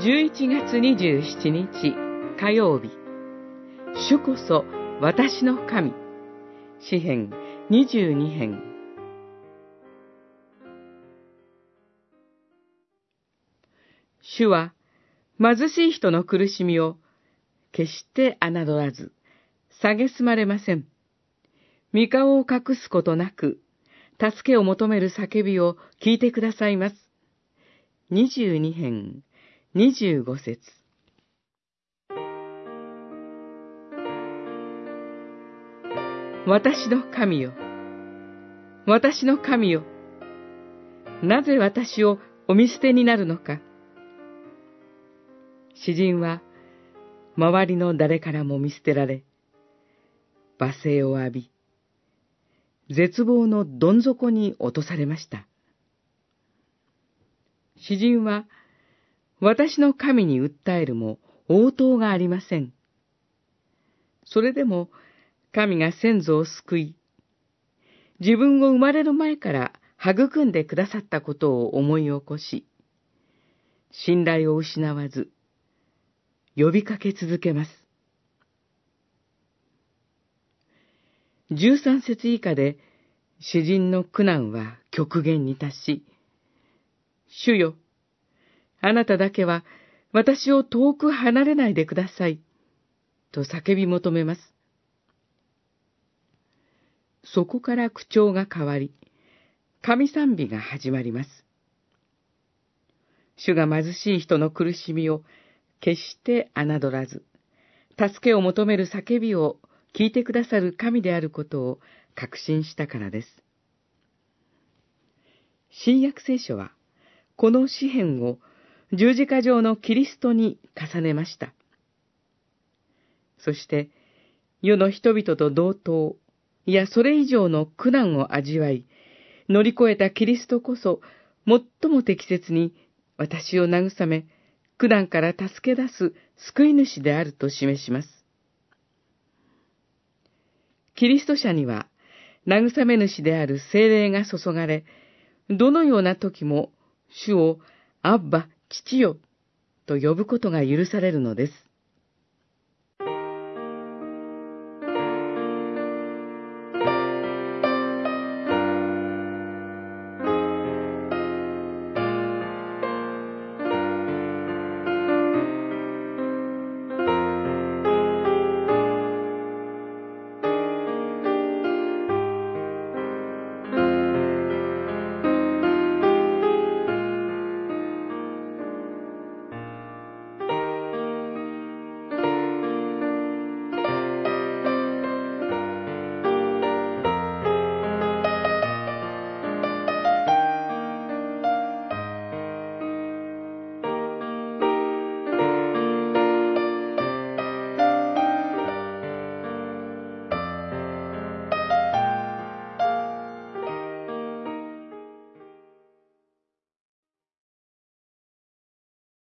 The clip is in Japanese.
11月27日火曜日、主こそ私の神。詩編22編。主は貧しい人の苦しみを決して侮らず、蔑まれません。御顔を隠すことなく、助けを求める叫びを聞いてくださいます。22編25節。私の神よ、私の神よ、なぜ私をお見捨てになるのか。詩人は周りの誰からも見捨てられ、罵声を浴び、絶望のどん底に落とされました。詩人は私の神に訴えるも応答がありません。それでも神が先祖を救い、自分を生まれる前から育んでくださったことを思い起こし、信頼を失わず、呼びかけ続けます。13節以下で、詩人の苦難は極限に達し、主よ、あなただけは私を遠く離れないでください、と叫び求めます。そこから口調が変わり、神賛美が始まります。主が貧しい人の苦しみを決して侮らず、助けを求める叫びを聞いてくださる神であることを確信したからです。新約聖書は、この詩編を十字架上のキリストに重ねました。そして、世の人々と同等、いやそれ以上の苦難を味わい、乗り越えたキリストこそ、最も適切に私を慰め、苦難から助け出す救い主であると示します。キリスト者には、慰め主である聖霊が注がれ、どのような時も主をアッバ、父よ、と呼ぶことが許されるのです。